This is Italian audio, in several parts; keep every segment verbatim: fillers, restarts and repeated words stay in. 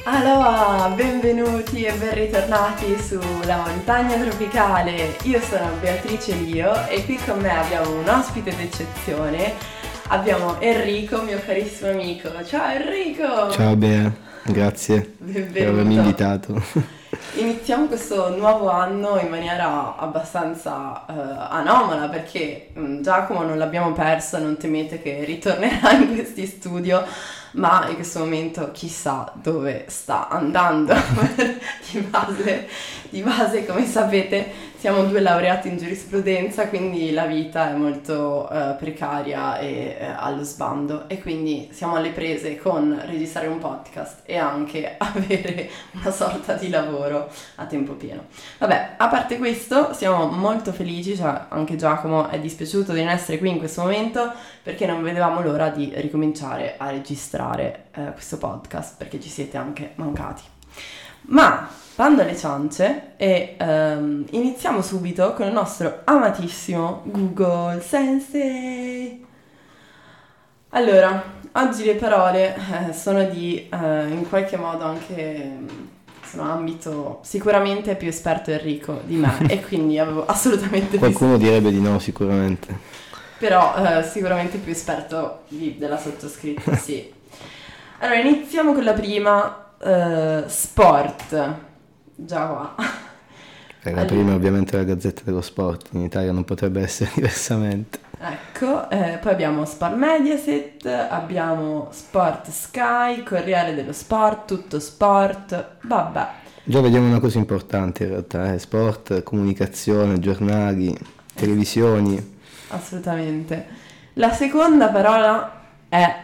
Allora, benvenuti e ben ritornati sulla montagna tropicale. Io sono Beatrice Lio e qui con me abbiamo un ospite d'eccezione. Abbiamo Enrico, mio carissimo amico. Ciao Enrico! Ciao Bea, grazie Benvenuto. per avermi invitato. Iniziamo questo nuovo anno in maniera abbastanza uh, anomala perché um, Giacomo non l'abbiamo perso, non temete che ritornerà in questi studio, ma in questo momento chissà dove sta andando. di, base, di base, come sapete, siamo due laureati in giurisprudenza, quindi la vita è molto uh, precaria e uh, allo sbando, e quindi siamo alle prese con registrare un podcast e anche avere una sorta di lavoro a tempo pieno. Vabbè, a parte questo, siamo molto felici, cioè anche Giacomo è dispiaciuto di non essere qui in questo momento perché non vedevamo l'ora di ricominciare a registrare eh, questo podcast, perché ci siete anche mancati. Ma bando alle ciance e um, iniziamo subito con il nostro amatissimo Google Sensei. Allora, oggi le parole eh, sono di eh, in qualche modo anche sono ambito sicuramente più esperto Enrico di me e quindi avevo assolutamente qualcuno direbbe di no sicuramente, però eh, sicuramente più esperto di, della sottoscritta, sì. Allora iniziamo con la prima, eh, sport. Già qua. Eh, la allora. prima ovviamente la Gazzetta dello Sport, in Italia non potrebbe essere diversamente. Ecco, eh, poi abbiamo Sport Mediaset, abbiamo Sport Sky, Corriere dello Sport, Tutto Sport, vabbè. Già vediamo una cosa importante in realtà, eh? Sport, comunicazione, giornali, televisioni. Assolutamente. La seconda parola è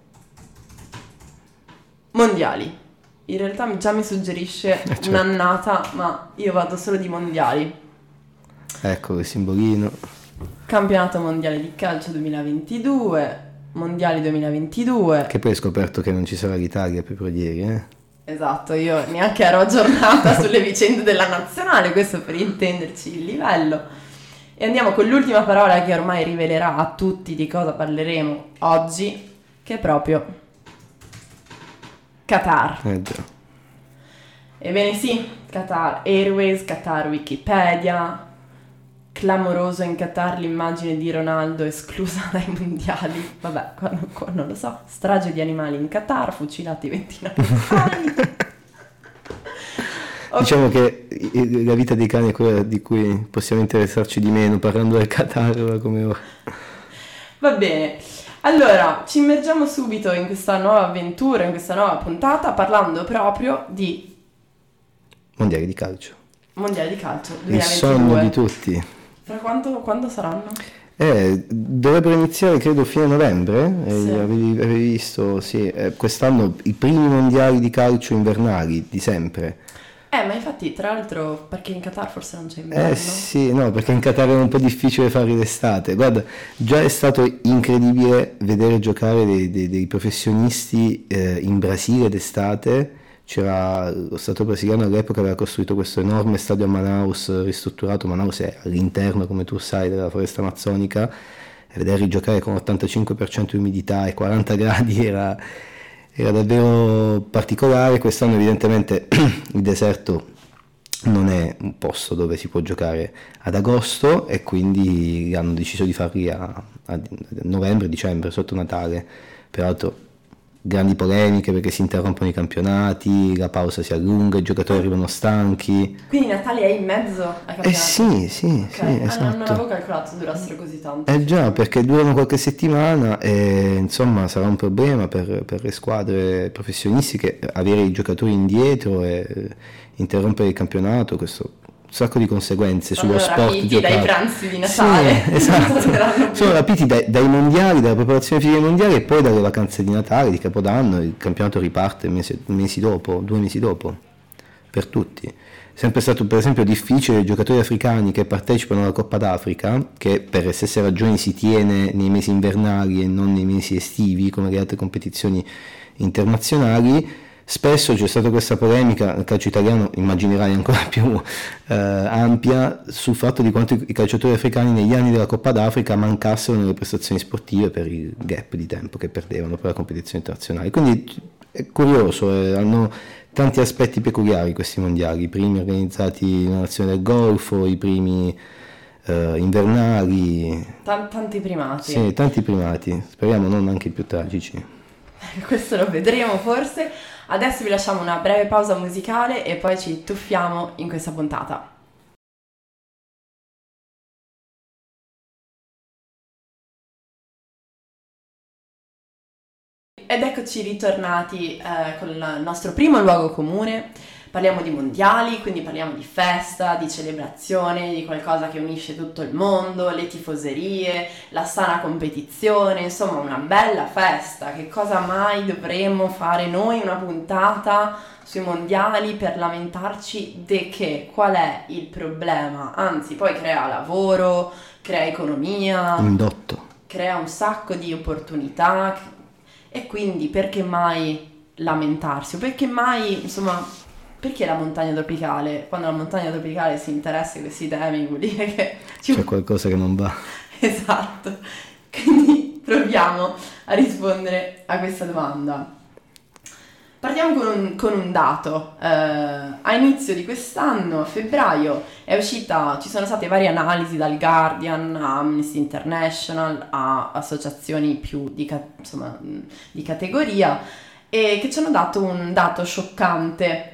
mondiali. In realtà già mi suggerisce eh, certo. un'annata, ma io vado solo di mondiali. Ecco il simbolino. Campionato mondiale di calcio duemilaventidue, mondiali duemilaventidue. Che poi hai scoperto che non ci sarà l'Italia proprio ieri, eh? Esatto, io neanche ero aggiornata sulle vicende della nazionale, questo per intenderci il livello. E andiamo con l'ultima parola che ormai rivelerà a tutti di cosa parleremo oggi, che è proprio Qatar. Eh già. Ebbene sì, Qatar Airways, Qatar Wikipedia, clamoroso in Qatar l'immagine di Ronaldo esclusa dai mondiali, vabbè, qua, qua non lo so, strage di animali in Qatar, fucilati ventinove cani. Okay. Diciamo che la vita dei cani è quella di cui possiamo interessarci di meno parlando del Qatar come ora. Va bene. Allora, ci immergiamo subito in questa nuova avventura, in questa nuova puntata, parlando proprio di mondiali di calcio. Mondiali di calcio duemilaventidue. Il sogno di tutti. Fra quanto, quando saranno? Eh, dovrebbero iniziare credo fine novembre, sì. eh, avevi, avevi visto, sì, eh, quest'anno i primi mondiali di calcio invernali di sempre. Eh, ma infatti, tra l'altro, perché in Qatar forse non c'è inverno. Eh sì, no, perché in Qatar è un po' difficile fare l'estate. Guarda, già è stato incredibile vedere giocare dei, dei, dei professionisti eh, in Brasile d'estate. C'era lo Stato brasiliano all'epoca, aveva costruito questo enorme stadio a Manaus, ristrutturato. Manaus è all'interno, come tu sai, della foresta amazzonica, e vederli giocare con ottantacinque per cento di umidità e quaranta gradi era... era davvero particolare. Quest'anno evidentemente il deserto non è un posto dove si può giocare ad agosto e quindi hanno deciso di farli a, a novembre, dicembre, sotto Natale. Peraltro grandi polemiche perché si interrompono i campionati, la pausa si allunga, i giocatori arrivano stanchi. Quindi Natale è in mezzo ai campionati? Eh sì, sì, okay. sì, esatto. Ah, non avevo calcolato durassero così tanto. Eh già, perché durano qualche settimana e insomma sarà un problema per, per le squadre professionistiche avere i giocatori indietro e interrompere il campionato. Questo un sacco di conseguenze sono sullo sport rapiti giocato. Dai pranzi di Natale. Sì, esatto. Sono rapiti dai, dai mondiali, dalla preparazione fisica ai mondiali e poi dalle vacanze di Natale, di Capodanno. Il campionato riparte mesi, mesi dopo, due mesi dopo, per tutti. È sempre stato per esempio difficile i giocatori africani che partecipano alla Coppa d'Africa, che per le stesse ragioni si tiene nei mesi invernali e non nei mesi estivi come le altre competizioni internazionali. Spesso c'è stata questa polemica nel calcio italiano, immaginerai ancora più eh, ampia, sul fatto di quanto i calciatori africani negli anni della Coppa d'Africa mancassero nelle prestazioni sportive per il gap di tempo che perdevano per la competizione internazionale. Quindi è curioso, eh, hanno tanti aspetti peculiari questi mondiali, i primi organizzati nella nazione del Golfo, i primi eh, invernali. Tan- tanti primati. Sì, tanti primati, speriamo non anche i più tragici. Questo lo vedremo forse. Adesso vi lasciamo una breve pausa musicale e poi ci tuffiamo in questa puntata. Ed eccoci ritornati eh, con il nostro primo luogo comune. Parliamo di mondiali, quindi parliamo di festa, di celebrazione, di qualcosa che unisce tutto il mondo, le tifoserie, la sana competizione, insomma una bella festa. Che cosa mai dovremmo fare noi una puntata sui mondiali per lamentarci di che? Qual è il problema? Anzi, poi crea lavoro, crea economia, Indotto. crea un sacco di opportunità e quindi perché mai lamentarsi? O perché mai, insomma... Perché la montagna tropicale? Quando la montagna tropicale si interessa di questi temi vuol dire che... C'è qualcosa che non va. Esatto. Quindi proviamo a rispondere a questa domanda. Partiamo con un, con un dato. Eh, a inizio di quest'anno, a febbraio, è uscita, ci sono state varie analisi dal Guardian a Amnesty International, a associazioni più di, insomma, di categoria, e che ci hanno dato un dato scioccante.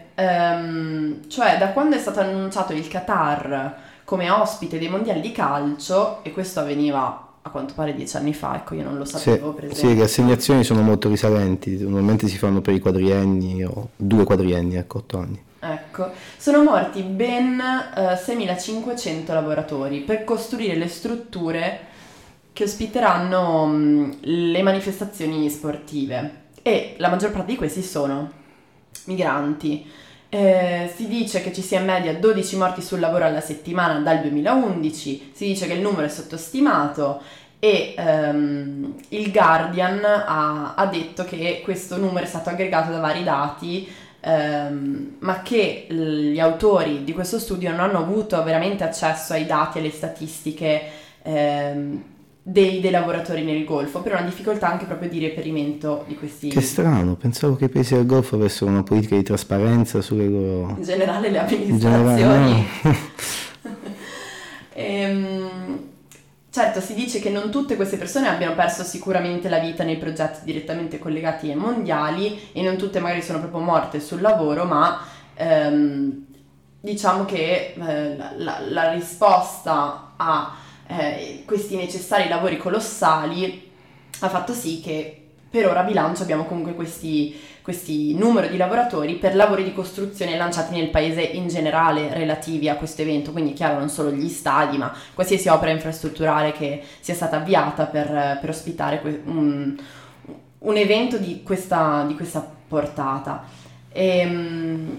Um, cioè da quando è stato annunciato il Qatar come ospite dei mondiali di calcio, e questo avveniva a quanto pare dieci anni fa, ecco io non lo sapevo, sì, per esempio. Sì, le assegnazioni sono molto risalenti, normalmente si fanno per i quadrienni o due quadrienni, ecco, otto anni. Ecco, sono morti ben uh, seimilacinquecento lavoratori per costruire le strutture che ospiteranno um, le manifestazioni sportive, e la maggior parte di questi sono migranti. Eh, si dice che ci sia in media dodici morti sul lavoro alla settimana dal duemilaundici, si dice che il numero è sottostimato e ehm, il Guardian ha, ha detto che questo numero è stato aggregato da vari dati, ehm, ma che gli autori di questo studio non hanno avuto veramente accesso ai dati e alle statistiche ehm, Dei, dei lavoratori nel Golfo, per una difficoltà anche proprio di reperimento di questi... Che strano, pensavo che i paesi del Golfo avessero una politica di trasparenza sulle loro... In generale le amministrazioni. In generale, no. ehm, certo, si dice che non tutte queste persone abbiano perso sicuramente la vita nei progetti direttamente collegati ai mondiali, e non tutte magari sono proprio morte sul lavoro, ma ehm, diciamo che eh, la, la risposta a Eh, questi necessari lavori colossali ha fatto sì che per ora a bilancio abbiamo comunque questi, questi numero di lavoratori per lavori di costruzione lanciati nel paese in generale relativi a questo evento, quindi chiaro non solo gli stadi ma qualsiasi opera infrastrutturale che sia stata avviata per, per ospitare que- un, un evento di questa, di questa portata. E,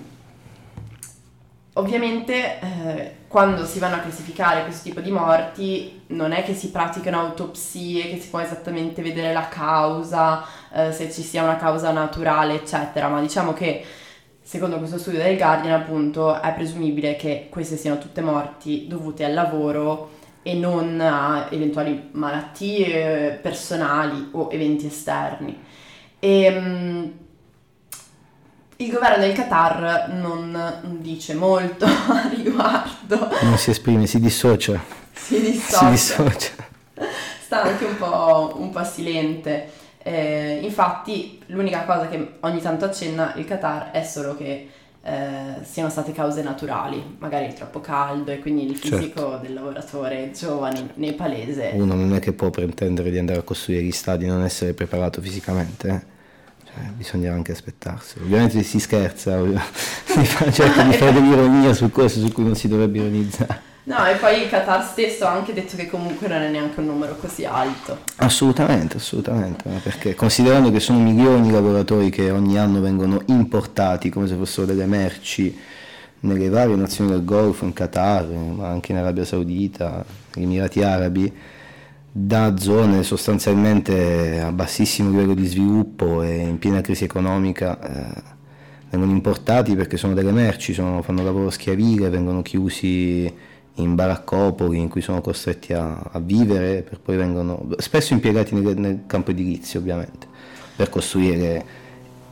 ovviamente eh, quando si vanno a classificare questo tipo di morti non è che si praticano autopsie, che si può esattamente vedere la causa, eh, se ci sia una causa naturale eccetera, ma diciamo che secondo questo studio del Guardian appunto è presumibile che queste siano tutte morti dovute al lavoro e non a eventuali malattie personali o eventi esterni. E, mh, il governo del Qatar non dice molto a riguardo. Non si esprime, si dissocia. Si dissocia. Si dissocia. Sta anche un po', un po' silente. Eh, infatti l'unica cosa che ogni tanto accenna il Qatar è solo che eh, siano state cause naturali, magari il troppo caldo e quindi il fisico certo. del lavoratore giovane nepalese. Uno non è che può pretendere di andare a costruire gli stadi e non essere preparato fisicamente, eh? Cioè, bisogna anche aspettarsi. Ovviamente si scherza, si fa, cerca di fare dell'ironia su cose su cui non si dovrebbe ironizzare. No, e poi il Qatar stesso ha anche detto che comunque non è neanche un numero così alto. Assolutamente, assolutamente, perché considerando che sono milioni di lavoratori che ogni anno vengono importati come se fossero delle merci nelle varie nazioni del Golfo, in Qatar, ma anche in Arabia Saudita, negli Emirati Arabi, da zone sostanzialmente a bassissimo livello di sviluppo e in piena crisi economica, eh, vengono importati perché sono delle merci, sono, fanno lavoro schiavile, vengono chiusi in baraccopoli in cui sono costretti a, a vivere, per poi vengono spesso impiegati nel, nel campo edilizio ovviamente, per costruire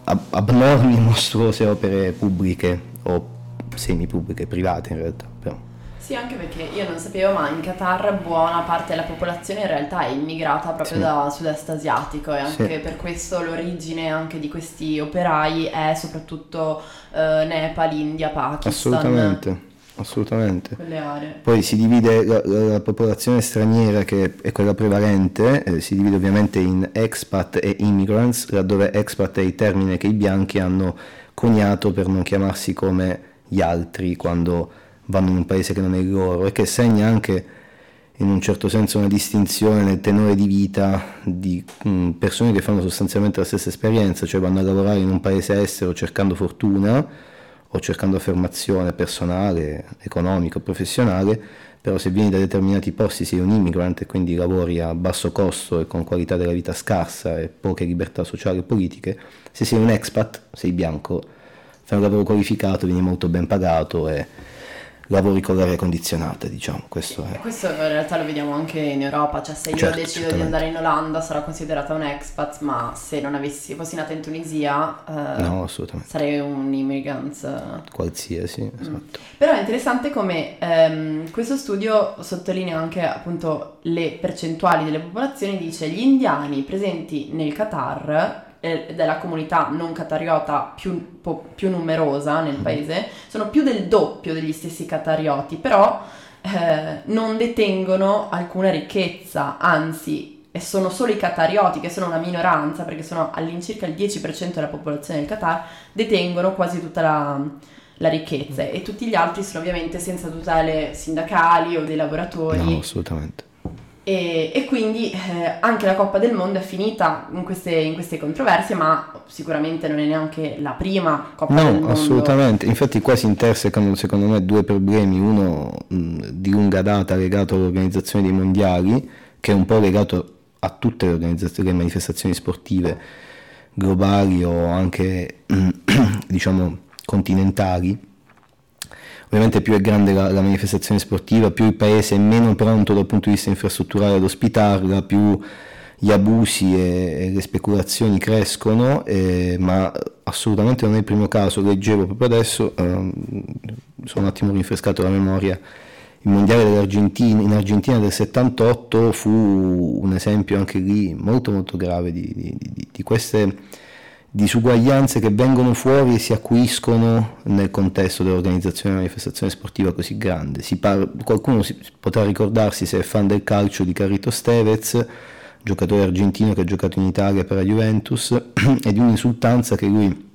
ab- abnormi e mostruose opere pubbliche o semi-pubbliche, private in realtà, però. Sì, anche perché io non sapevo, ma in Qatar buona parte della popolazione in realtà è immigrata proprio Sì. da sud-est asiatico, e anche Sì. per questo l'origine anche di questi operai è soprattutto eh, Nepal, India, Pakistan, Assolutamente, assolutamente. quelle aree. Poi si divide la, la- la popolazione straniera, che è quella prevalente, eh, si divide ovviamente in expat e immigrants, laddove expat è il termine che i bianchi hanno coniato per non chiamarsi come gli altri quando vanno in un paese che non è il loro, e che segna anche in un certo senso una distinzione nel tenore di vita di mh, persone che fanno sostanzialmente la stessa esperienza, cioè vanno a lavorare in un paese estero cercando fortuna o cercando affermazione personale, economica, professionale, però se vieni da determinati posti sei un immigrant e quindi lavori a basso costo e con qualità della vita scarsa e poche libertà sociali e politiche. Se sei un expat, sei bianco, fai un lavoro qualificato, vieni molto ben pagato e lavori con l'aria condizionata, diciamo, questo E è. questo in realtà lo vediamo anche in Europa, cioè se io Certo, decido certamente. di andare in Olanda sarò considerata un expat, ma se non avessi, fossi nata in Tunisia eh, No, assolutamente. sarei un immigrant. eh. Qualsiasi, esatto. Però è interessante come ehm, questo studio sottolinea anche appunto le percentuali delle popolazioni, dice gli indiani presenti nel Qatar, eh, della comunità non qatariota più, po- più numerosa nel paese, sono più del doppio degli stessi qatarioti, però eh, non detengono alcuna ricchezza, anzi e sono solo i qatarioti, che sono una minoranza perché sono all'incirca il dieci per cento della popolazione del Qatar, detengono quasi tutta la la ricchezza, e tutti gli altri sono ovviamente senza tutele sindacali o dei lavoratori. No, assolutamente. E, e quindi eh, anche la Coppa del Mondo è finita in queste, in queste controversie, ma sicuramente non è neanche la prima Coppa del Mondo. No, assolutamente. Infatti qua si intersecano secondo me due problemi, uno mh, di lunga data legato all'organizzazione dei mondiali, che è un po' legato a tutte le organizzazioni, le manifestazioni sportive globali o anche diciamo continentali. Ovviamente più è grande la, la manifestazione sportiva, più il paese è meno pronto dal punto di vista infrastrutturale ad ospitarla, più gli abusi e, e le speculazioni crescono, eh, ma assolutamente non è il primo caso. Leggevo proprio adesso, ehm, sono un attimo rinfrescato la memoria, il mondiale dell'Argentina, in Argentina del settantotto fu un esempio anche lì molto molto grave di, di, di, di queste disuguaglianze che vengono fuori e si acuiscono nel contesto dell'organizzazione di una manifestazione sportiva così grande. Si par- qualcuno si, potrà ricordarsi, se è fan del calcio, di Carlitos Tevez, giocatore argentino che ha giocato in Italia per la Juventus, e di un'insultanza che lui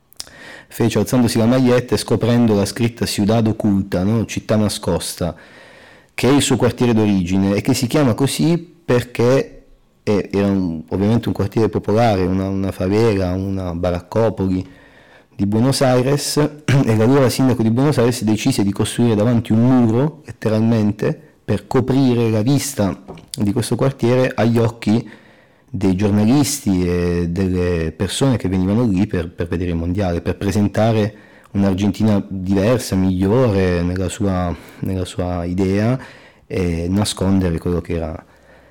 fece alzandosi la maglietta e scoprendo la scritta Ciudad Oculta, no? Città nascosta, che è il suo quartiere d'origine e che si chiama così perché e era un, ovviamente un quartiere popolare, una, una favela, una baraccopoli di Buenos Aires, e l'allora sindaco di Buenos Aires decise di costruire davanti un muro, letteralmente, per coprire la vista di questo quartiere agli occhi dei giornalisti e delle persone che venivano lì per, per vedere il mondiale, per presentare un'Argentina diversa, migliore nella sua, nella sua idea, e nascondere quello che era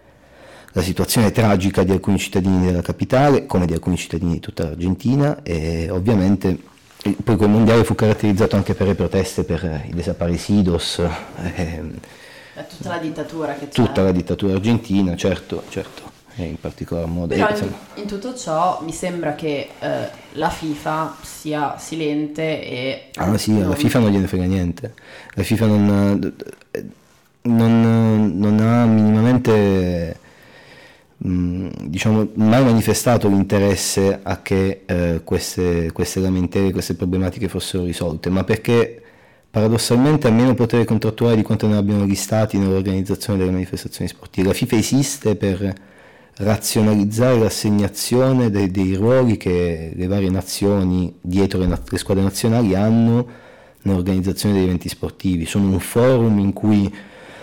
la situazione tragica di alcuni cittadini della capitale, come di alcuni cittadini di tutta l'Argentina. E ovviamente poi quel mondiale fu caratterizzato anche per le proteste per i desaparecidos, eh, È tutta la dittatura che c'è. tutta la dittatura argentina, certo, certo, e in particolar modo. Però eh, in, insomma, in tutto ciò mi sembra che eh, la FIFA sia silente e... ah sì, non- alla FIFA non gliene frega niente, la FIFA non, non, non ha minimamente mh, diciamo mai manifestato l'interesse a che eh, queste, queste lamentele, queste problematiche fossero risolte, ma perché paradossalmente ha meno potere contrattuale di quanto ne abbiano gli stati nell'organizzazione delle manifestazioni sportive. La FIFA esiste per razionalizzare l'assegnazione dei, dei ruoli che le varie nazioni dietro le, le squadre nazionali hanno nell'organizzazione degli eventi sportivi. Sono un forum in cui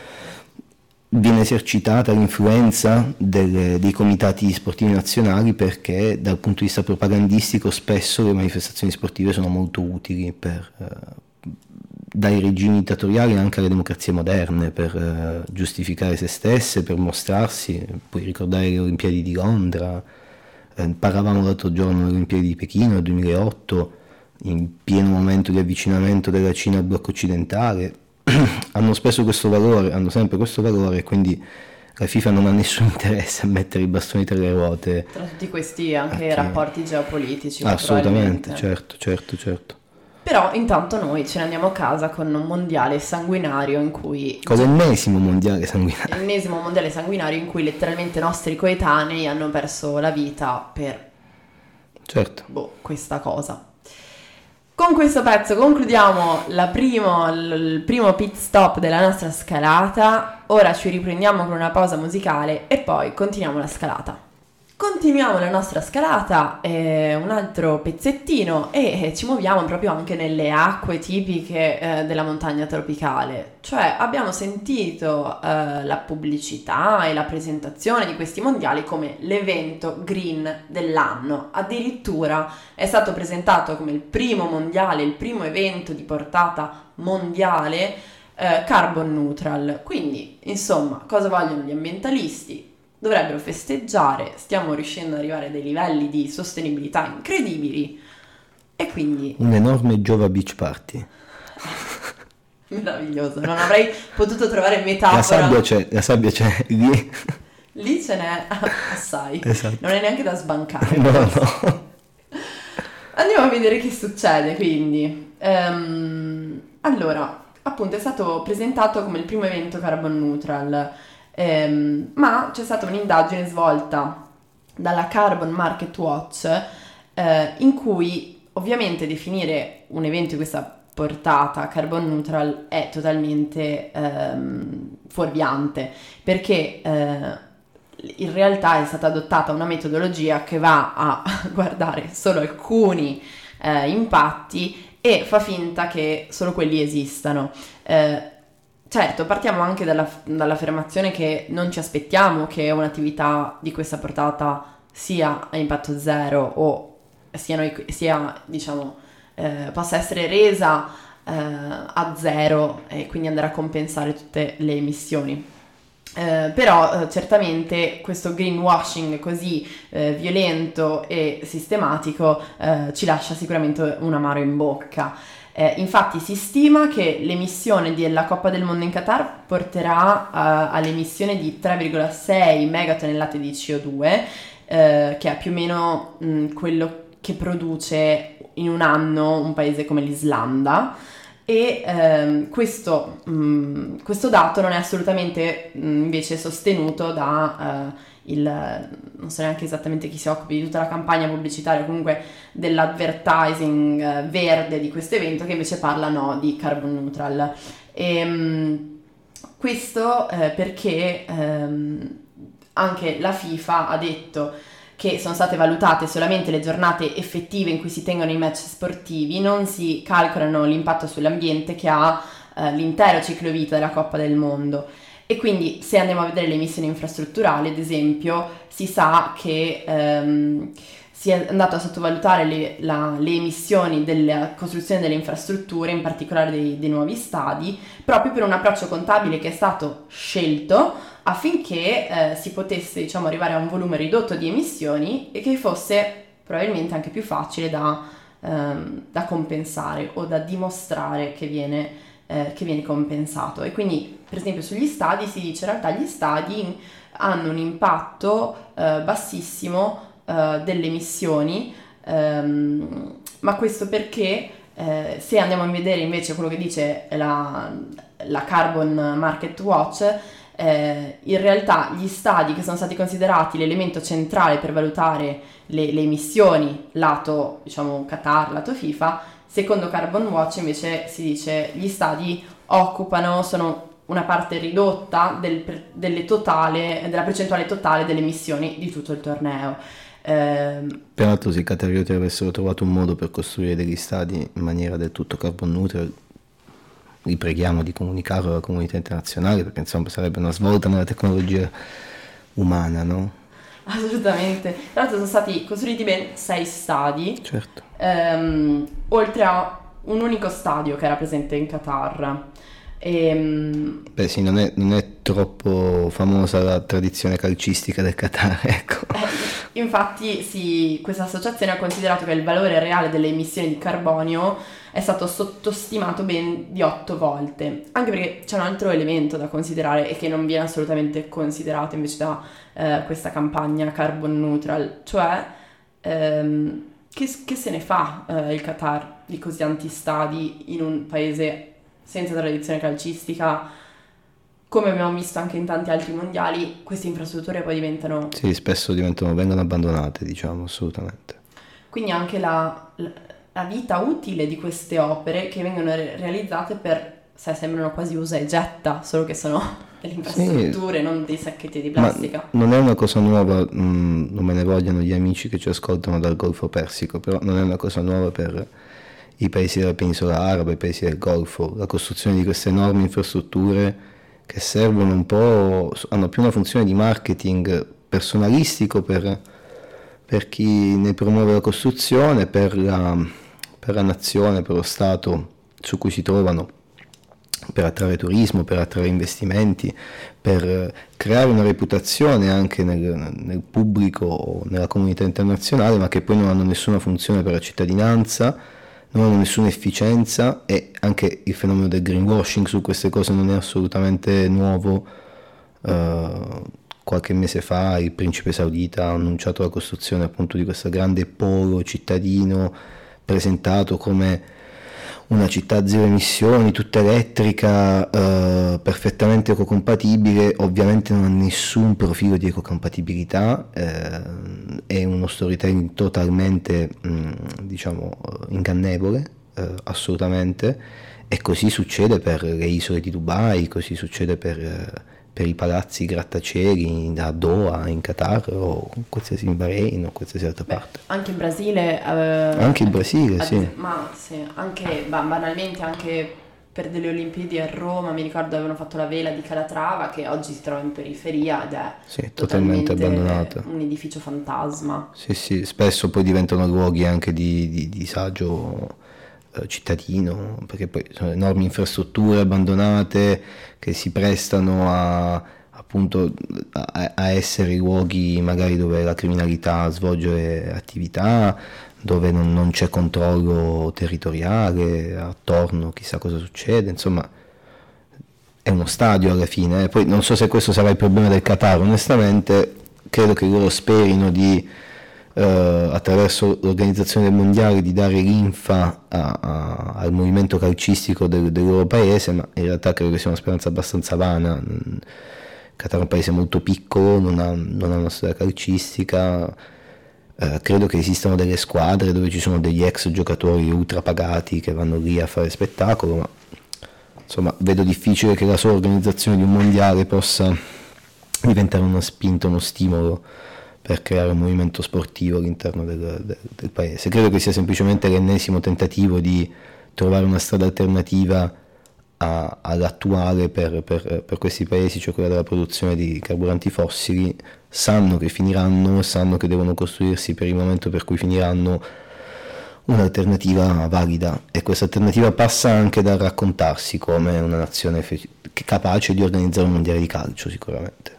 viene esercitata l'influenza delle, dei comitati sportivi nazionali, perché dal punto di vista propagandistico spesso le manifestazioni sportive sono molto utili per, eh, dai regimi dittatoriali anche alle democrazie moderne, per eh, giustificare se stesse, per mostrarsi. Puoi ricordare le Olimpiadi di Londra, Eh, parlavamo l'altro giorno alle Olimpiadi di Pechino nel duemilaotto, in pieno momento di avvicinamento della Cina al blocco occidentale, hanno spesso questo valore, hanno sempre questo valore, e quindi la FIFA non ha nessun interesse a mettere i bastoni tra le ruote. Tra tutti questi anche Okay. rapporti geopolitici. Assolutamente, probabilmente. certo, certo, certo. Però intanto noi ce ne andiamo a casa con un mondiale sanguinario in cui... Con l'ennesimo mondiale sanguinario. L'ennesimo mondiale sanguinario in cui letteralmente i nostri coetanei hanno perso la vita per Certo. boh, questa cosa. Con questo pezzo concludiamo la primo, il primo pit stop della nostra scalata. Ora ci riprendiamo con una pausa musicale e poi continuiamo la scalata. Continuiamo la nostra scalata, eh, un altro pezzettino, e eh, ci muoviamo proprio anche nelle acque tipiche eh, della montagna tropicale. Cioè abbiamo sentito eh, la pubblicità e la presentazione di questi mondiali come l'evento green dell'anno. Addirittura è stato presentato come il primo mondiale, il primo evento di portata mondiale eh, carbon neutral. Quindi, insomma, cosa vogliono gli ambientalisti? Dovrebbero festeggiare, stiamo riuscendo ad arrivare a dei livelli di sostenibilità incredibili e quindi Un enorme Giova Beach Party. meraviglioso, non avrei potuto trovare La metafora. sabbia c'è, la sabbia c'è lì. Lì ce n'è assai, Esatto. non è neanche da sbancare. No, no. Andiamo a vedere che succede quindi. Ehm, allora, appunto è stato presentato come il primo evento carbon neutral. Ehm, ma c'è stata un'indagine svolta dalla Carbon Market Watch eh, in cui ovviamente definire un evento di questa portata carbon neutral è totalmente ehm, fuorviante, perché eh, in realtà è stata adottata una metodologia che va a guardare solo alcuni eh, impatti e fa finta che solo quelli esistano. Eh, Certo, partiamo anche dalla- dall'affermazione che non ci aspettiamo che un'attività di questa portata sia a impatto zero o siano, sia, diciamo, eh, possa essere resa eh, a zero e quindi andare a compensare tutte le emissioni. Eh, però eh, certamente questo greenwashing così eh, violento e sistematico eh, ci lascia sicuramente un amaro in bocca. Eh, infatti si stima che l'emissione della Coppa del Mondo in Qatar porterà uh, all'emissione di tre virgola sei megatonnellate di C O due, eh, che è più o meno mh, quello che produce in un anno un paese come l'Islanda. E ehm, questo, mh, questo dato non è assolutamente mh, invece sostenuto da eh, il, non so neanche esattamente chi si occupi di tutta la campagna pubblicitaria, comunque dell'advertising eh, verde di questo evento, che invece parla no, di carbon neutral. E, mh, questo eh, perché ehm, anche la FIFA ha detto che sono state valutate solamente le giornate effettive in cui si tengono i match sportivi, non si calcolano l'impatto sull'ambiente che ha eh, l'intero ciclo vita della Coppa del Mondo. E quindi se andiamo a vedere le emissioni infrastrutturali, ad esempio, si sa che ehm, si è andato a sottovalutare le, la, le emissioni della costruzione delle infrastrutture, in particolare dei, dei nuovi stadi, proprio per un approccio contabile che è stato scelto affinché eh, si potesse, diciamo, arrivare a un volume ridotto di emissioni e che fosse probabilmente anche più facile da, ehm, da compensare o da dimostrare che viene, eh, che viene compensato. E quindi, per esempio, sugli stadi si dice in realtà gli stadi hanno un impatto eh, bassissimo eh, delle emissioni, ehm, ma questo perché eh, se andiamo a vedere invece quello che dice la, la Carbon Market Watch, Eh, in realtà gli stadi che sono stati considerati l'elemento centrale per valutare le, le emissioni lato, diciamo, Qatar, lato FIFA, secondo Carbon Watch invece si dice gli stadi occupano, sono una parte ridotta del, delle totale, della percentuale totale delle emissioni di tutto il torneo. Eh, Peraltro se i qatarioti avessero trovato un modo per costruire degli stadi in maniera del tutto carbon neutral, vi preghiamo di comunicarlo alla comunità internazionale, perché insomma sarebbe una svolta nella tecnologia umana, no? Assolutamente. Tra l'altro sono stati costruiti ben sei stadi, Certo. ehm, oltre a un unico stadio che era presente in Qatar. E, mm, Beh sì, non è, non è troppo famosa la tradizione calcistica del Qatar, ecco. eh, infatti sì, questa associazione ha considerato che il valore reale delle emissioni di carbonio è stato sottostimato ben di otto volte, anche perché c'è un altro elemento da considerare e che non viene assolutamente considerato invece da eh, questa campagna carbon neutral, cioè ehm, che, che se ne fa eh, il Qatar di così tanti stadi in un paese senza tradizione calcistica. Come abbiamo visto anche in tanti altri mondiali, queste infrastrutture poi diventano... Sì, spesso diventano, vengono abbandonate, diciamo, assolutamente. Quindi anche la, la- la vita utile di queste opere che vengono re- realizzate per, sai, sembrano quasi usa e getta, solo che sono delle infrastrutture, non dei sacchetti di Ma plastica. non è una cosa nuova, mh, non me ne vogliano gli amici che ci ascoltano dal Golfo Persico, però non è una cosa nuova per i paesi della penisola araba, i paesi del Golfo, la costruzione di queste enormi infrastrutture che servono un po', hanno più una funzione di marketing personalistico per, per chi ne promuove la costruzione, per la, per la nazione, per lo Stato su cui si trovano, per attrarre turismo, per attrarre investimenti, per creare una reputazione anche nel, nel pubblico o nella comunità internazionale, ma che poi non hanno nessuna funzione per la cittadinanza, non hanno nessuna efficienza, e anche il fenomeno del greenwashing su queste cose non è assolutamente nuovo. Uh, qualche mese fa il principe saudita ha annunciato la costruzione appunto di questo grande polo cittadino presentato come una città zero emissioni, tutta elettrica, uh, perfettamente ecocompatibile. Ovviamente non ha nessun profilo di ecocompatibilità, eh, è uno storytelling totalmente mh, diciamo ingannevole, eh, assolutamente, e così succede per le isole di Dubai, così succede per, eh, per i palazzi grattacieli a Doha, in Qatar, o qualsiasi in Bahrain o qualsiasi altra Beh, parte. anche in Brasile... eh, Anche in Brasile, ad sì. esempio- Ma sì, anche ba- banalmente anche per delle Olimpiadi a Roma, mi ricordo avevano fatto la vela di Calatrava che oggi si trova in periferia ed è Sì, totalmente abbandonata. un edificio fantasma. Sì, sì, spesso poi diventano luoghi anche di, di disagio eh, cittadino, perché poi sono enormi infrastrutture abbandonate che si prestano a, appunto a, a essere luoghi magari dove la criminalità svolge attività, dove non, non c'è controllo territoriale attorno, chissà cosa succede, insomma è uno stadio alla fine. eh. Poi non so se questo sarà il problema del Qatar, onestamente credo che loro sperino di eh, attraverso l'organizzazione del mondiale di dare linfa a- a- al movimento calcistico del, del loro paese, ma in realtà credo che sia una speranza abbastanza vana. Il Qatar è un paese molto piccolo, non ha, non ha una storia calcistica. Eh, credo che esistano delle squadre dove ci sono degli ex giocatori ultra pagati che vanno lì a fare spettacolo, ma insomma vedo difficile che la sola organizzazione di un mondiale possa diventare una spinta, uno stimolo per creare un movimento sportivo all'interno del, del, del paese. Credo che sia semplicemente l'ennesimo tentativo di trovare una strada alternativa a- all'attuale per, per, per questi paesi, cioè quella della produzione di carburanti fossili. Sanno che finiranno, sanno che devono costruirsi per il momento per cui finiranno un'alternativa valida, e questa alternativa passa anche dal raccontarsi come una nazione fe- capace di organizzare un mondiale di calcio, sicuramente.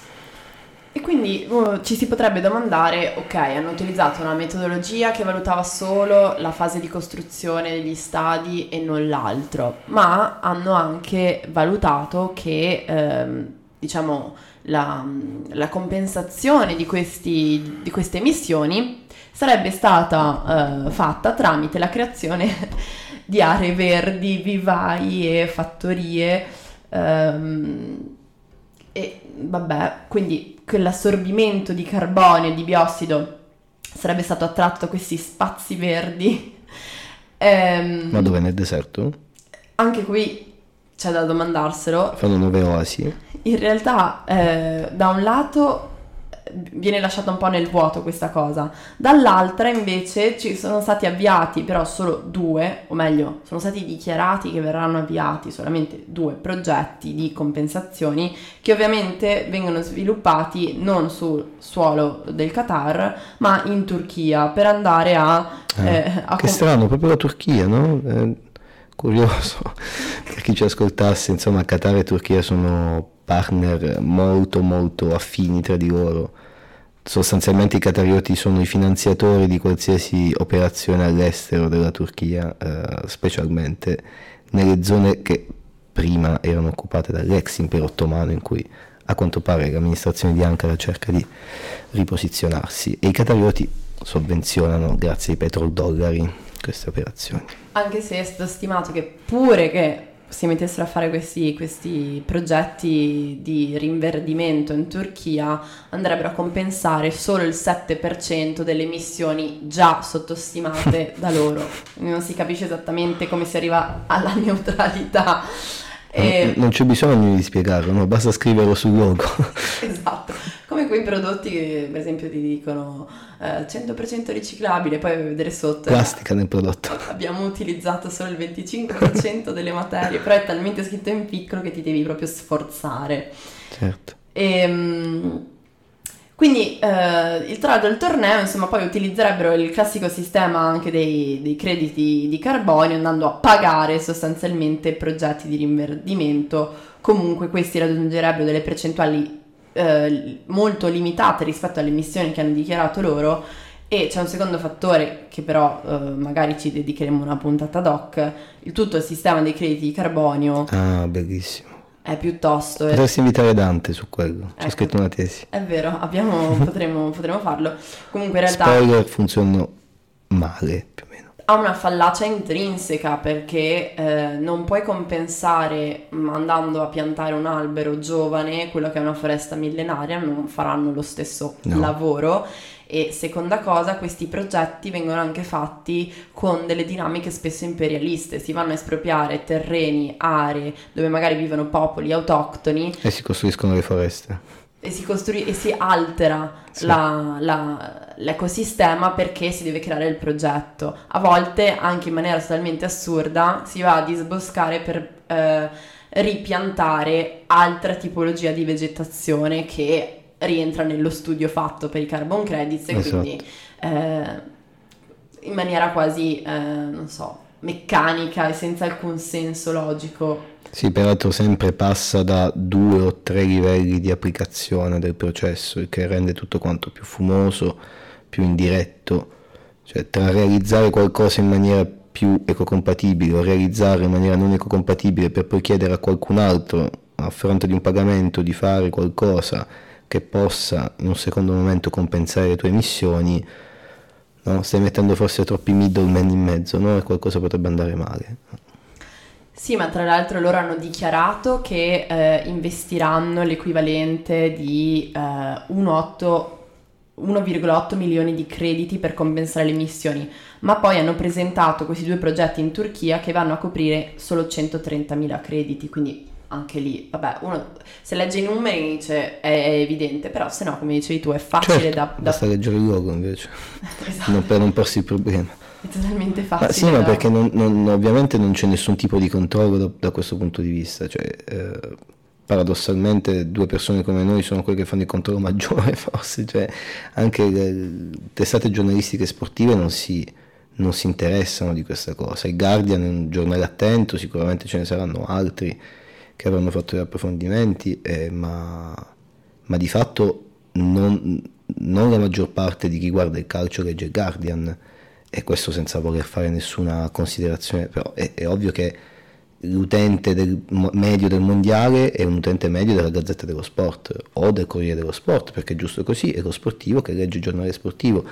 E quindi uh, ci si potrebbe domandare, ok, hanno utilizzato una metodologia che valutava solo la fase di costruzione degli stadi e non l'altro, ma hanno anche valutato che, ehm, diciamo, la, la compensazione di, questi, di queste emissioni sarebbe stata eh, fatta tramite la creazione di aree verdi, vivaie, fattorie, ehm, e vabbè, quindi quell'assorbimento di carbonio e di biossido sarebbe stato attratto da questi spazi verdi. Ehm, Ma dove, nel deserto? Anche qui c'è da domandarselo. Fanno nuove oasi? In realtà, eh, da un lato viene lasciata un po' nel vuoto questa cosa, dall'altra invece ci sono stati avviati però solo due, o meglio, sono stati dichiarati che verranno avviati solamente due progetti di compensazioni che ovviamente vengono sviluppati non sul suolo del Qatar ma in Turchia per andare a... Ah, eh, a che com- strano, proprio la Turchia, no? Eh, curioso per chi ci ascoltasse, insomma Qatar e Turchia sono partner molto molto affini tra di loro. Sostanzialmente i qatarioti sono i finanziatori di qualsiasi operazione all'estero della Turchia, eh, specialmente nelle zone che prima erano occupate dall'ex impero ottomano, in cui a quanto pare l'amministrazione di Ankara cerca di riposizionarsi, e i qatarioti sovvenzionano grazie ai petrodollari queste operazioni. Anche se è stato stimato che pure che si mettessero a fare questi, questi progetti di rinverdimento in Turchia, andrebbero a compensare solo il sette per cento delle emissioni già sottostimate da loro. Non si capisce esattamente come si arriva alla neutralità. E... non c'è bisogno di spiegarlo, no? Basta scriverlo sul logo. Esatto, come quei prodotti che per esempio ti dicono eh, cento per cento riciclabile, poi vai a vedere sotto plastica nel prodotto, abbiamo utilizzato solo il venticinque per cento delle materie, però è talmente scritto in piccolo che ti devi proprio sforzare. Certo. E quindi eh, il, tra l'altro il torneo, insomma, poi utilizzerebbero il classico sistema anche dei, dei crediti di carbonio, andando a pagare sostanzialmente progetti di rinverdimento. Comunque questi raggiungerebbero delle percentuali eh, molto limitate rispetto alle emissioni che hanno dichiarato loro. E c'è un secondo fattore che però eh, magari ci dedicheremo una puntata ad hoc: il tutto il sistema dei crediti di carbonio. Ah, bellissimo. È piuttosto... Potresti invitare Dante su quello, c'è ecco, scritto una tesi. È vero, abbiamo, potremo, potremo farlo. Comunque in realtà... Spoiler, funzionano male, più o meno. Ha una fallacia intrinseca, perché eh, non puoi compensare andando a piantare un albero giovane quello che è una foresta millenaria, non faranno lo stesso no. lavoro. E seconda cosa, questi progetti vengono anche fatti con delle dinamiche spesso imperialiste, si vanno a espropriare terreni, aree dove magari vivono popoli autoctoni e si costruiscono le foreste e si, costrui- e si altera sì. la, la, l'ecosistema perché si deve creare il progetto. A volte anche in maniera totalmente assurda si va a disboscare per eh, ripiantare altra tipologia di vegetazione che rientra nello studio fatto per i carbon credits, e esatto. quindi eh, in maniera quasi, eh, non so, meccanica e senza alcun senso logico. Sì, peraltro sempre passa da due o tre livelli di applicazione del processo, il che rende tutto quanto più fumoso, più indiretto. Cioè, tra realizzare qualcosa in maniera più ecocompatibile o realizzarlo in maniera non ecocompatibile per poi chiedere a qualcun altro, a fronte di un pagamento, di fare qualcosa che possa in un secondo momento compensare le tue emissioni, no? Stai mettendo forse troppi middlemen in mezzo, no? E qualcosa potrebbe andare male. Sì, ma tra l'altro loro hanno dichiarato che eh, investiranno l'equivalente di eh, uno virgola otto milioni di crediti per compensare le emissioni, ma poi hanno presentato questi due progetti in Turchia che vanno a coprire solo centotrentamila crediti, quindi anche lì, vabbè, uno se legge i numeri dice è evidente, però se no, come dicevi tu, è facile certo, da, da... basta leggere il logo invece, esatto. non per non porsi il problema. È totalmente facile. Ma sì, ma da... perché non, non, ovviamente non c'è nessun tipo di controllo da, da questo punto di vista, cioè eh, paradossalmente due persone come noi sono quelle che fanno il controllo maggiore forse, cioè anche le testate giornalistiche sportive non si, non si interessano di questa cosa. Il Guardian è un giornale attento, sicuramente ce ne saranno altri che avranno fatto gli approfondimenti, eh, ma, ma di fatto non, non la maggior parte di chi guarda il calcio legge il Guardian, e questo senza voler fare nessuna considerazione, però è, è ovvio che l'utente del, medio del mondiale è un utente medio della Gazzetta dello Sport o del Corriere dello Sport, perché è giusto così, è lo sportivo che legge il giornale sportivo.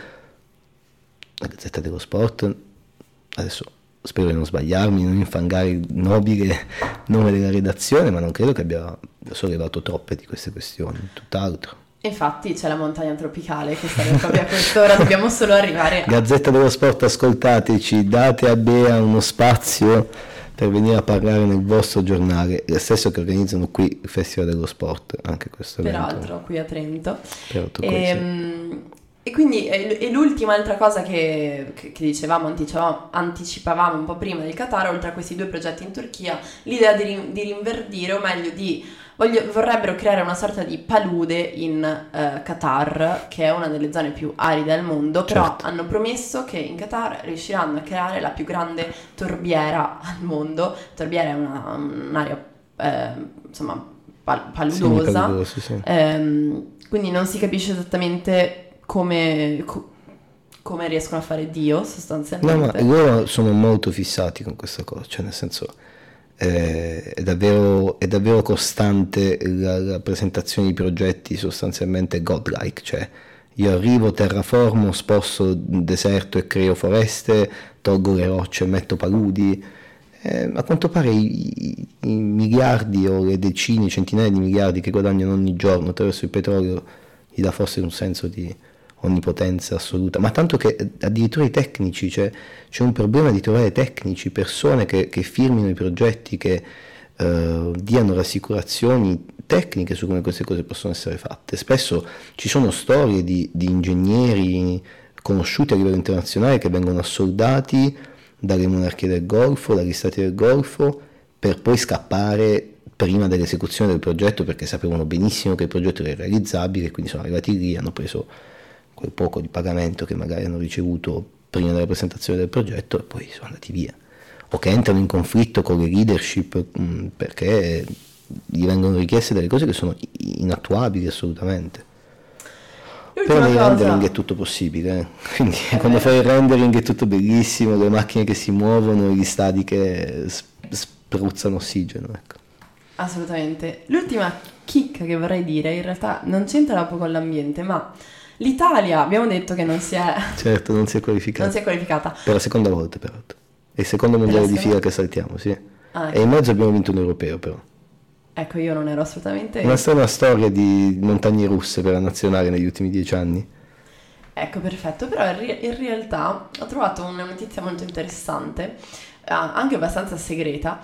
La Gazzetta dello Sport, adesso spero di non sbagliarmi, non infangare il nobile nome della redazione, ma non credo che abbia sollevato troppe di queste questioni, tutt'altro. Infatti c'è la montagna tropicale che sta proprio a quest'ora, dobbiamo solo arrivare a... Gazzetta dello Sport, ascoltateci, date a Bea uno spazio per venire a parlare nel vostro giornale, lo stesso che organizzano qui il Festival dello Sport, anche questo peraltro evento. qui a Trento. Peraltro e, qui, sì. e quindi e, e l'ultima altra cosa che, che, che dicevamo, anticipavamo, anticipavamo un po' prima del Qatar, oltre a questi due progetti in Turchia, l'idea di, rin- di rinverdire, o meglio di voglio, vorrebbero creare una sorta di palude in uh, Qatar, che è una delle zone più aride al mondo, però Certo. hanno promesso che in Qatar riusciranno a creare la più grande torbiera al mondo. Torbiera è una, un'area eh, insomma pal- paludosa, Semipaludoso, sì. ehm, quindi non si capisce esattamente come, co- come riescono a fare Dio No, ma sostanzialmente. loro sono molto fissati con questa cosa, cioè nel senso eh, è davvero, è davvero costante la, la presentazione di progetti sostanzialmente godlike, cioè io arrivo, terraformo, sposto un deserto e creo foreste, tolgo le rocce e metto paludi. Eh, a quanto pare i, i- i miliardi o le decine, centinaia di miliardi che guadagnano ogni giorno attraverso il petrolio gli dà forse un senso di onnipotenza assoluta, ma tanto che addirittura i tecnici, cioè c'è un problema di trovare tecnici, persone che, che firmino i progetti, che eh, diano rassicurazioni tecniche su come queste cose possono essere fatte. Spesso ci sono storie di, di ingegneri conosciuti a livello internazionale che vengono assoldati dalle monarchie del Golfo, dagli stati del Golfo, per poi scappare prima dell'esecuzione del progetto perché sapevano benissimo che il progetto era irrealizzabile e quindi sono arrivati lì, hanno preso quel poco di pagamento che magari hanno ricevuto prima della presentazione del progetto e poi sono andati via. O che entrano in conflitto con le leadership mh, perché gli vengono richieste delle cose che sono inattuabili assolutamente. Però L'ultima nei cosa, rendering è tutto possibile, eh. Quindi è quando vero. fai il rendering è tutto bellissimo, le macchine che si muovono, gli stadi che s- spruzzano ossigeno, ecco. Assolutamente. L'ultima chicca che vorrei dire, in realtà non c'entra proprio con l'ambiente, ma l'Italia, abbiamo detto che non si è, Certo, non si è non qualificata. si è qualificata. Per la seconda volta, peraltro. È il secondo Per la mondiale di seconda- fila che saltiamo, sì. Ah, E in mezzo abbiamo vinto un europeo, però. ecco, io non ero assolutamente... Una strana storia di montagne russe per la nazionale negli ultimi dieci anni. Ecco, perfetto, però in, ri- in realtà ho trovato una notizia molto interessante, eh, anche abbastanza segreta,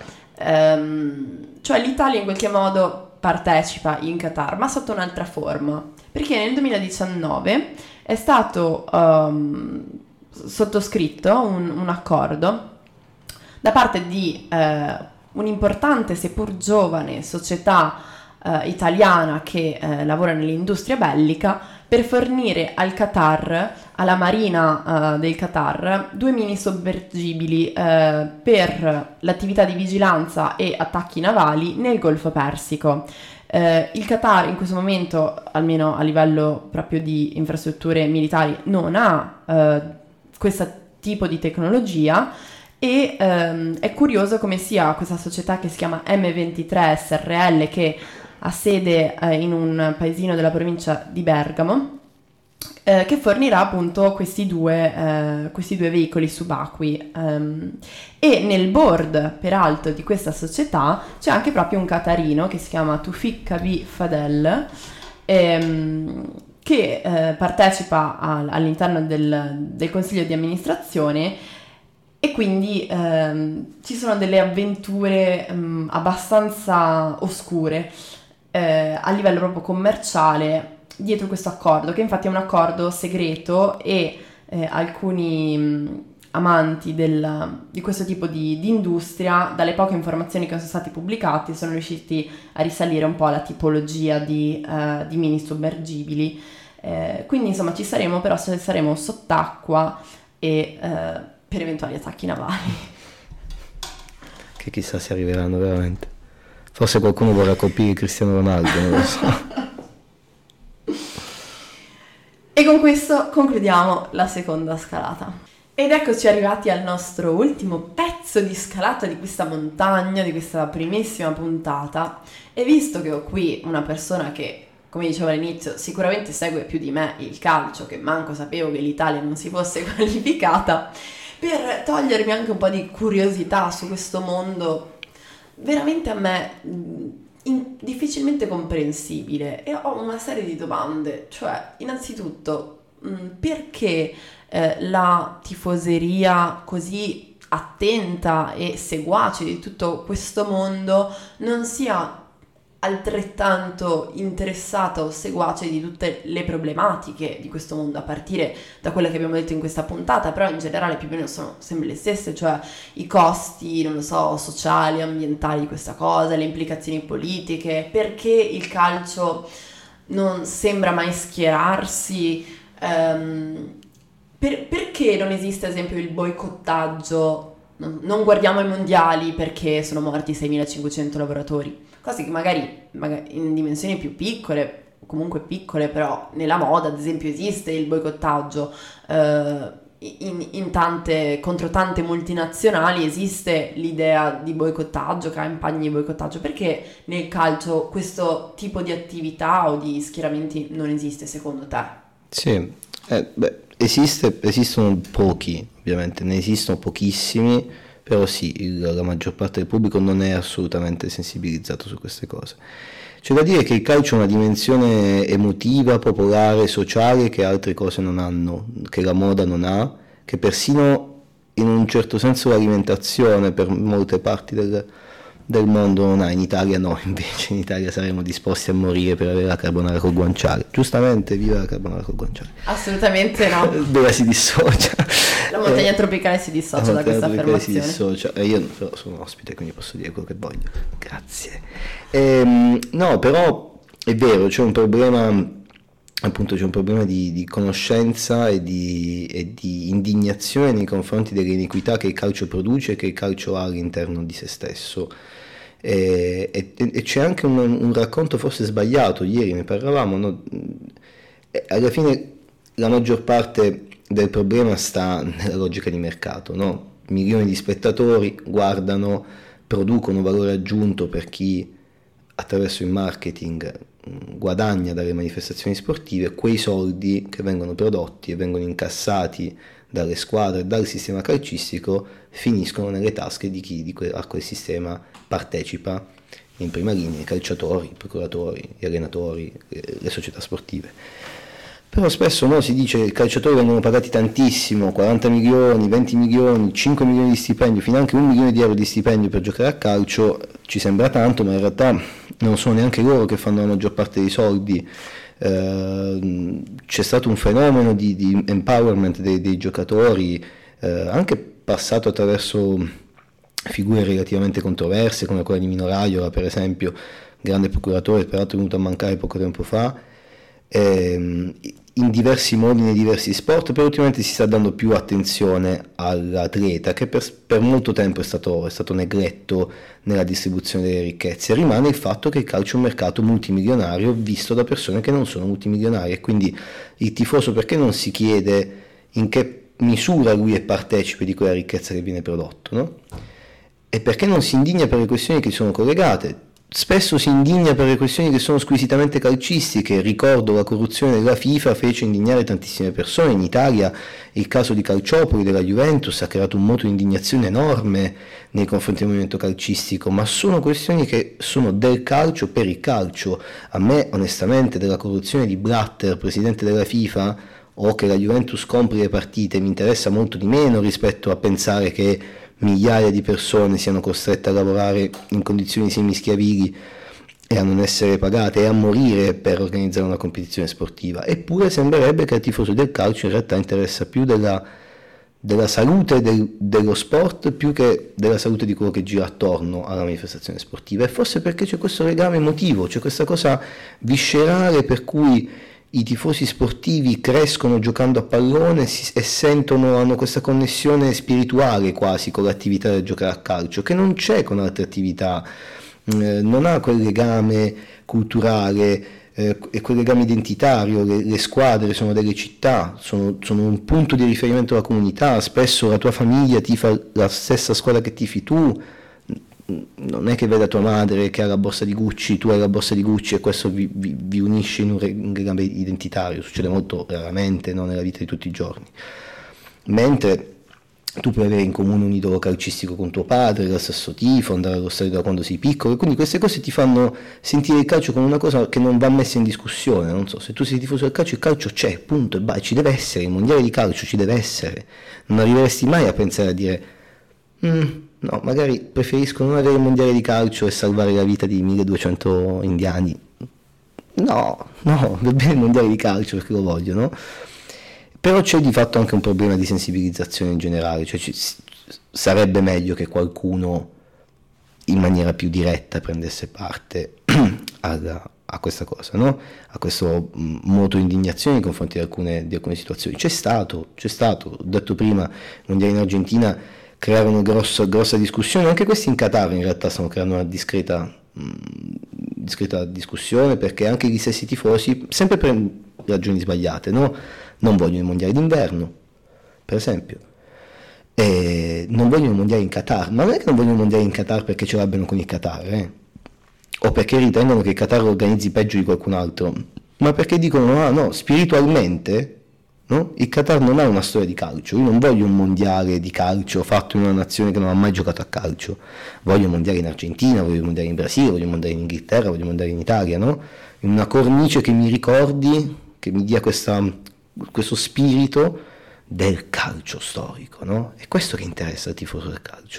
ehm, cioè l'Italia in qualche modo partecipa in Qatar, ma sotto un'altra forma, perché nel duemiladiciannove è stato ehm, sottoscritto un, un accordo da parte di eh, un'importante, seppur giovane, società eh, italiana che eh, lavora nell'industria bellica per fornire al Qatar, alla marina eh, del Qatar, due mini sommergibili eh, per l'attività di vigilanza e attacchi navali nel Golfo Persico. Eh, il Qatar in questo momento, almeno a livello proprio di infrastrutture militari, non ha eh, questo tipo di tecnologia e ehm, è curioso come sia questa società che si chiama M ventitré S R L, che ha sede eh, in un paesino della provincia di Bergamo, eh, che fornirà appunto questi due, eh, questi due veicoli subacquei. ehm, e nel board, peraltro, di questa società c'è anche proprio un qatarino che si chiama Tufik Kabi Fadel, ehm, che eh, partecipa a- all'interno del, del consiglio di amministrazione e quindi ehm, ci sono delle avventure ehm, abbastanza oscure eh, a livello proprio commerciale dietro questo accordo, che infatti è un accordo segreto e eh, alcuni mh, amanti del- di questo tipo di, di industria, dalle poche informazioni che sono state pubblicate, sono riusciti a risalire un po' alla tipologia di, eh, di mini sommergibili. Eh, quindi insomma ci saremo, però se saremo sott'acqua e eh, per eventuali attacchi navali. Che chissà se arriveranno veramente. Forse qualcuno vorrà colpire Cristiano Ronaldo, non lo so. E con questo concludiamo la seconda scalata. Ed eccoci arrivati al nostro ultimo pezzo di scalata di questa montagna, di questa primissima puntata. E visto che ho qui una persona che, come dicevo all'inizio, sicuramente segue più di me il calcio, che manco sapevo che l'Italia non si fosse qualificata, per togliermi anche un po' di curiosità su questo mondo veramente a me mh, in- difficilmente comprensibile, e ho una serie di domande, cioè innanzitutto mh, perché eh, la tifoseria così attenta e seguace di tutto questo mondo non sia altrettanto interessata o seguace di tutte le problematiche di questo mondo, a partire da quelle che abbiamo detto in questa puntata, però in generale più o meno sono sempre le stesse, cioè i costi, non lo so, sociali, ambientali di questa cosa, le implicazioni politiche, perché il calcio non sembra mai schierarsi, um, per, perché non esiste ad esempio il boicottaggio, non, non guardiamo i mondiali perché sono morti seimilacinquecento lavoratori, cose che magari, magari in dimensioni più piccole, comunque piccole, però nella moda ad esempio esiste il boicottaggio, uh, in, in tante, contro tante multinazionali esiste l'idea di boicottaggio, campagne di boicottaggio, perché nel calcio questo tipo di attività o di schieramenti non esiste secondo te? Sì, eh, beh, esiste, esistono pochi, ovviamente, ne esistono pochissimi, però sì, il, la maggior parte del pubblico non è assolutamente sensibilizzato su queste cose. C'è da dire che il calcio ha una dimensione emotiva, popolare, sociale che altre cose non hanno, che la moda non ha, che persino in un certo senso l'alimentazione per molte parti del, del mondo non ha. In Italia no, invece in Italia saremmo disposti a morire per avere la carbonara col guanciale. Giustamente, viva la carbonara col guanciale. Assolutamente no. Dove si dissocia. La montagna tropicale si dissocia da questa affermazione. Si dissocia. E io però sono ospite, quindi posso dire quello che voglio. Grazie. Ehm, no, però è vero, c'è un problema, appunto c'è un problema di, di conoscenza e di, e di indignazione nei confronti delle iniquità che il calcio produce e che il calcio ha all'interno di se stesso. E, e, e c'è anche un, un racconto forse sbagliato, ieri ne parlavamo, no? Alla fine la maggior parte del problema sta nella logica di mercato, no? Milioni di spettatori guardano, producono valore aggiunto per chi attraverso il marketing guadagna dalle manifestazioni sportive, quei soldi che vengono prodotti e vengono incassati dalle squadre e dal sistema calcistico finiscono nelle tasche di chi di que- a quel sistema partecipa in prima linea, i calciatori, i procuratori, gli allenatori, le società sportive. Però spesso no, si dice che i calciatori vengono pagati tantissimo, quaranta milioni, venti milioni, cinque milioni di stipendio, fino anche un milione di euro di stipendio per giocare a calcio, ci sembra tanto, ma in realtà non sono neanche loro che fanno la maggior parte dei soldi. Eh, c'è stato un fenomeno di, di empowerment dei, dei giocatori, eh, anche passato attraverso figure relativamente controverse, come quella di Mino Raiola, per esempio, grande procuratore, peraltro è venuto a mancare poco tempo fa, ehm, in diversi modi nei diversi sport, però ultimamente si sta dando più attenzione all'atleta che per, per molto tempo è stato, è stato negletto nella distribuzione delle ricchezze. Rimane il fatto che il calcio è un mercato multimilionario visto da persone che non sono multimilionarie, quindi il tifoso perché non si chiede in che misura lui è partecipe di quella ricchezza che viene prodotto, no? E perché non si indigna per le questioni che sono collegate? Spesso si indigna per le questioni che sono squisitamente calcistiche. Ricordo la corruzione della FIFA fece indignare tantissime persone. In Italia il caso di Calciopoli della Juventus ha creato un moto di indignazione enorme nei confronti del movimento calcistico, ma sono questioni che sono del calcio per il calcio. A me onestamente della corruzione di Blatter, presidente della FIFA, o che la Juventus compri le partite mi interessa molto di meno rispetto a pensare che migliaia di persone siano costrette a lavorare in condizioni semischiavili e a non essere pagate e a morire per organizzare una competizione sportiva. Eppure sembrerebbe che al tifoso del calcio in realtà interessa più della, della salute del, dello sport più che della salute di quello che gira attorno alla manifestazione sportiva, e forse perché c'è questo legame emotivo, c'è questa cosa viscerale per cui i tifosi sportivi crescono giocando a pallone si, e sentono, hanno questa connessione spirituale quasi con l'attività del giocare a calcio, che non c'è con altre attività, eh, non ha quel legame culturale eh, e quel legame identitario. Le, le squadre sono delle città, sono, sono un punto di riferimento della comunità, spesso la tua famiglia tifa la stessa squadra che tifi tu. Non è che veda tua madre che ha la borsa di Gucci, tu hai la borsa di Gucci e questo vi, vi, vi unisce in un, re, un legame identitario. Succede molto raramente, no, nella vita di tutti i giorni. Mentre tu puoi avere in comune un idolo calcistico con tuo padre, lo stesso tifo, andare allo stadio da quando sei piccolo, e quindi queste cose ti fanno sentire il calcio come una cosa che non va messa in discussione. Non so, se tu sei tifoso del calcio, il calcio c'è, punto, e basta, ci deve essere, il mondiale di calcio ci deve essere. Non arriveresti mai a pensare a dire Mm, no, magari preferisco non avere il mondiale di calcio e salvare la vita di milleduecento indiani. No, no, va bene il mondiale di calcio perché lo voglio, no? Però c'è di fatto anche un problema di sensibilizzazione in generale, cioè ci, sarebbe meglio che qualcuno in maniera più diretta prendesse parte alla, a questa cosa, no? A questo mm, moto di indignazione nei confronti di alcune, di alcune situazioni. C'è stato, c'è stato, ho detto prima, i mondiali in Argentina crearono grossa, grossa discussione, anche questi in Qatar in realtà stanno creando una discreta, mh, discreta discussione, perché anche gli stessi tifosi, sempre per ragioni sbagliate, no? Non vogliono i mondiali d'inverno, per esempio, e non vogliono i mondiali in Qatar, ma non è che non vogliono i mondiali in Qatar perché ce l'abbiano con il Qatar, eh? O perché ritengono che il Qatar lo organizzi peggio di qualcun altro, ma perché dicono, ah no, spiritualmente, no? Il Qatar non ha una storia di calcio, io non voglio un mondiale di calcio fatto in una nazione che non ha mai giocato a calcio, voglio un mondiale in Argentina, voglio un mondiale in Brasile, voglio un mondiale in Inghilterra, voglio un mondiale in Italia, no? In una cornice che mi ricordi, che mi dia questa, questo spirito del calcio storico, no? È questo che interessa al tifoso del calcio.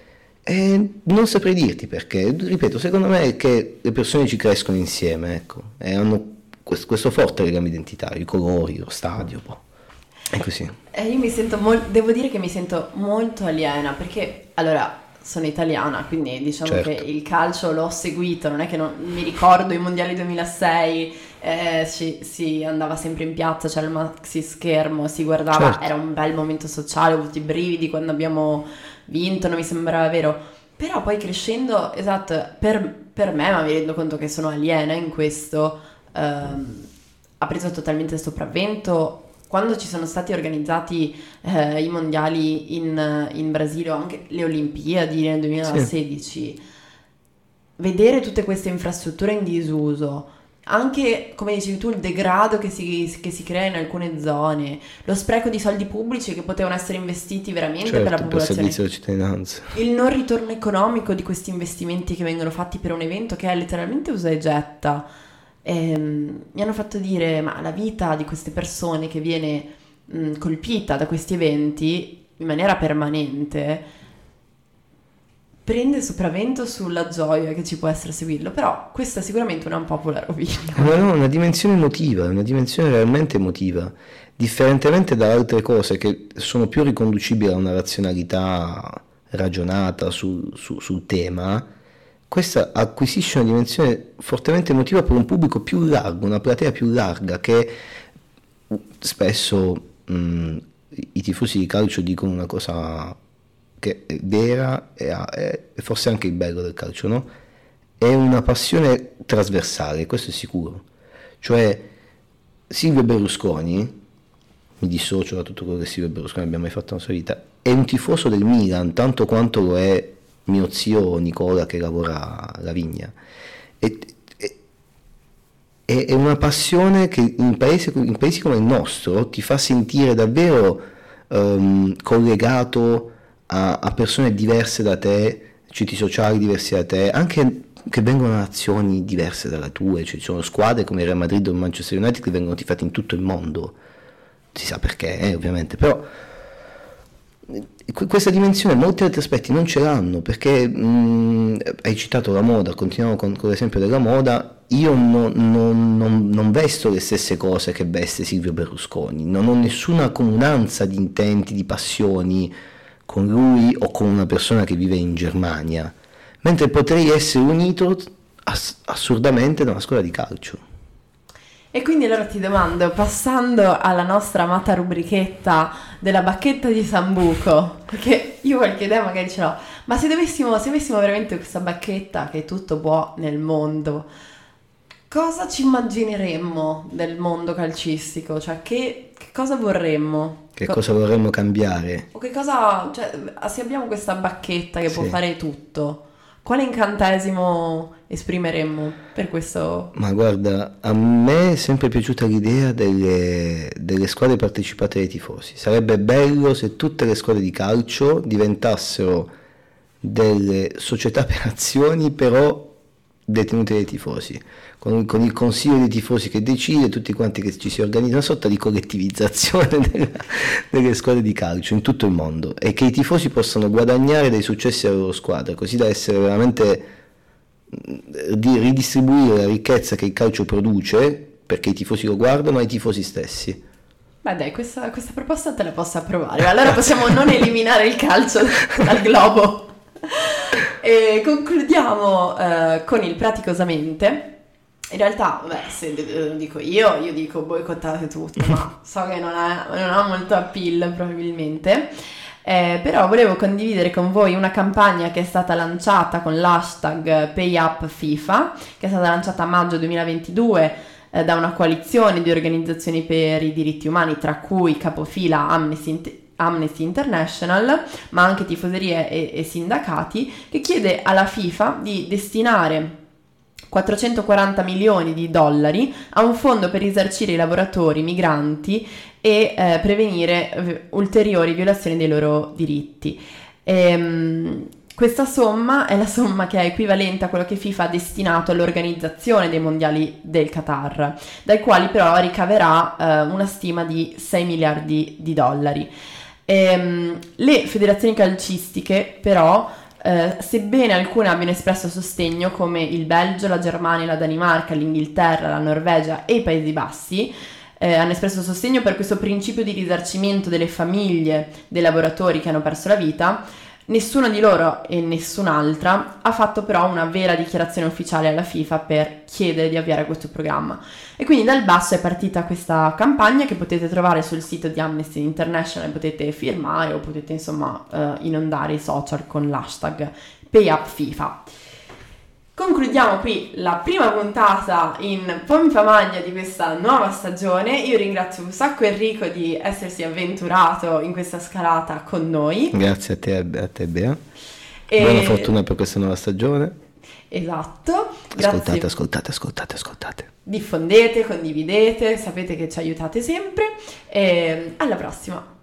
E non saprei dirti perché, ripeto, secondo me è che le persone ci crescono insieme, ecco, e hanno questo, questo forte legame identitario, i colori, lo stadio, boh. È così. Eh, io mi sento molto, devo dire che mi sento molto aliena, perché allora sono italiana, quindi diciamo Certo. che il calcio l'ho seguito, non è che non mi ricordo i mondiali duemilasei, eh, ci- si andava sempre in piazza, c'era il maxi schermo, si guardava, Certo. era un bel momento sociale, ho avuto i brividi quando abbiamo vinto, non mi sembrava vero, però poi crescendo, esatto, per, per me, ma mi rendo conto che sono aliena in questo, ehm, ha preso totalmente il sopravvento quando ci sono stati organizzati eh, i mondiali in, in Brasile o anche le Olimpiadi nel duemilasedici, vedere tutte queste infrastrutture in disuso, anche come dicevi tu, il degrado che si, che si crea in alcune zone, lo spreco di soldi pubblici che potevano essere investiti veramente per la Certo, per popolazione, servizio alla cittadinanza. il non ritorno economico di questi investimenti che vengono fatti per un evento che è letteralmente usa e getta. Ehm, mi hanno fatto dire, ma la vita di queste persone che viene mh, colpita da questi eventi in maniera permanente prende sopravvento sulla gioia che ci può essere a seguirlo, però questa è sicuramente una unpopular opinion. Ma no, una dimensione emotiva, una dimensione realmente emotiva, differentemente da altre cose che sono più riconducibili a una razionalità ragionata sul, su- sul tema. Questa acquisisce una dimensione fortemente emotiva per un pubblico più largo, una platea più larga, che spesso mh, i tifosi di calcio dicono una cosa che è vera e ha- è è forse anche il bello del calcio, no? È una passione trasversale, questo è sicuro. Cioè, Silvio Berlusconi, mi dissocio da tutto quello che Silvio Berlusconi abbia mai fatto nella sua vita, è un tifoso del Milan, tanto quanto lo è mio zio Nicola che lavora alla vigna. E- e- È, è una passione che in paesi, in paesi come il nostro ti fa sentire davvero ehm, collegato a, a persone diverse da te, ceti sociali diversi da te, anche che vengono da nazioni diverse dalle tue, cioè ci sono squadre come il Real Madrid o il Manchester United che vengono tifate in tutto il mondo, si sa perché, eh, ovviamente, però questa dimensione molti altri aspetti non ce l'hanno, perché mh, hai citato la moda, continuiamo con, con l'esempio della moda. Io non, non- non- non vesto le stesse cose che veste Silvio Berlusconi, non ho nessuna comunanza di intenti, di passioni con lui o con una persona che vive in Germania, mentre potrei essere unito ass- assurdamente da una scuola di calcio. E quindi allora ti domando, passando alla nostra amata rubrichetta della bacchetta di Sambuco, perché io qualche idea magari ce l'ho, ma se dovessimo, se avessimo veramente questa bacchetta che tutto può nel mondo, cosa ci immagineremmo del mondo calcistico? Cioè, che, che cosa vorremmo? Che Co- cosa vorremmo cambiare? O che cosa, cioè, se abbiamo questa bacchetta che può Sì. fare tutto, quale incantesimo esprimeremmo per questo? Ma guarda, a me è sempre piaciuta l'idea delle, delle squadre partecipate dai tifosi. Sarebbe bello se tutte le squadre di calcio diventassero delle società per azioni, però detenute dai tifosi, con, con il consiglio dei tifosi che decide, tutti quanti che ci si organizza, una sorta di collettivizzazione della, delle squadre di calcio in tutto il mondo, e che i tifosi possano guadagnare dai successi della loro squadra, così da essere veramente, di ridistribuire la ricchezza che il calcio produce, perché i tifosi lo guardano, ai tifosi stessi. Beh dai, questa, questa proposta te la posso approvare, allora possiamo non eliminare il calcio dal globo. E concludiamo eh, con il praticosamente. In realtà, beh, se lo dico io, io dico boicottate tutto, ma so che non ha, non ha molto appeal probabilmente. Eh, però volevo condividere con voi una campagna che è stata lanciata con l'hashtag PayUpFIFA, che è stata lanciata a maggio duemilaventidue eh, da una coalizione di organizzazioni per i diritti umani, tra cui capofila Amnesty Amnesty International, ma anche tifoserie e, e sindacati, che chiede alla FIFA di destinare quattrocentoquaranta milioni di dollari a un fondo per risarcire i lavoratori migranti e eh, prevenire eh, ulteriori violazioni dei loro diritti. Ehm, questa somma è la somma che è equivalente a quello che FIFA ha destinato all'organizzazione dei mondiali del Qatar, dai quali però ricaverà eh, una stima di sei miliardi di dollari. Ehm, le federazioni calcistiche però, eh, sebbene alcune abbiano espresso sostegno, come il Belgio, la Germania, la Danimarca, l'Inghilterra, la Norvegia e i Paesi Bassi, eh, hanno espresso sostegno per questo principio di risarcimento delle famiglie dei lavoratori che hanno perso la vita, nessuno di loro e nessun'altra ha fatto però una vera dichiarazione ufficiale alla FIFA per chiedere di avviare questo programma. E quindi dal basso è partita questa campagna che potete trovare sul sito di Amnesty International, potete firmare o potete insomma eh, inondare i social con l'hashtag PayUpFIFA. Concludiamo qui la prima puntata in Pompa Magna di questa nuova stagione. Io ringrazio un sacco Enrico di essersi avventurato in questa scalata con noi. Grazie a te, a te Bea. E... buona fortuna per questa nuova stagione. Esatto. Ascoltate, Grazie. ascoltate, ascoltate, ascoltate. Diffondete, condividete, sapete che ci aiutate sempre. E alla prossima.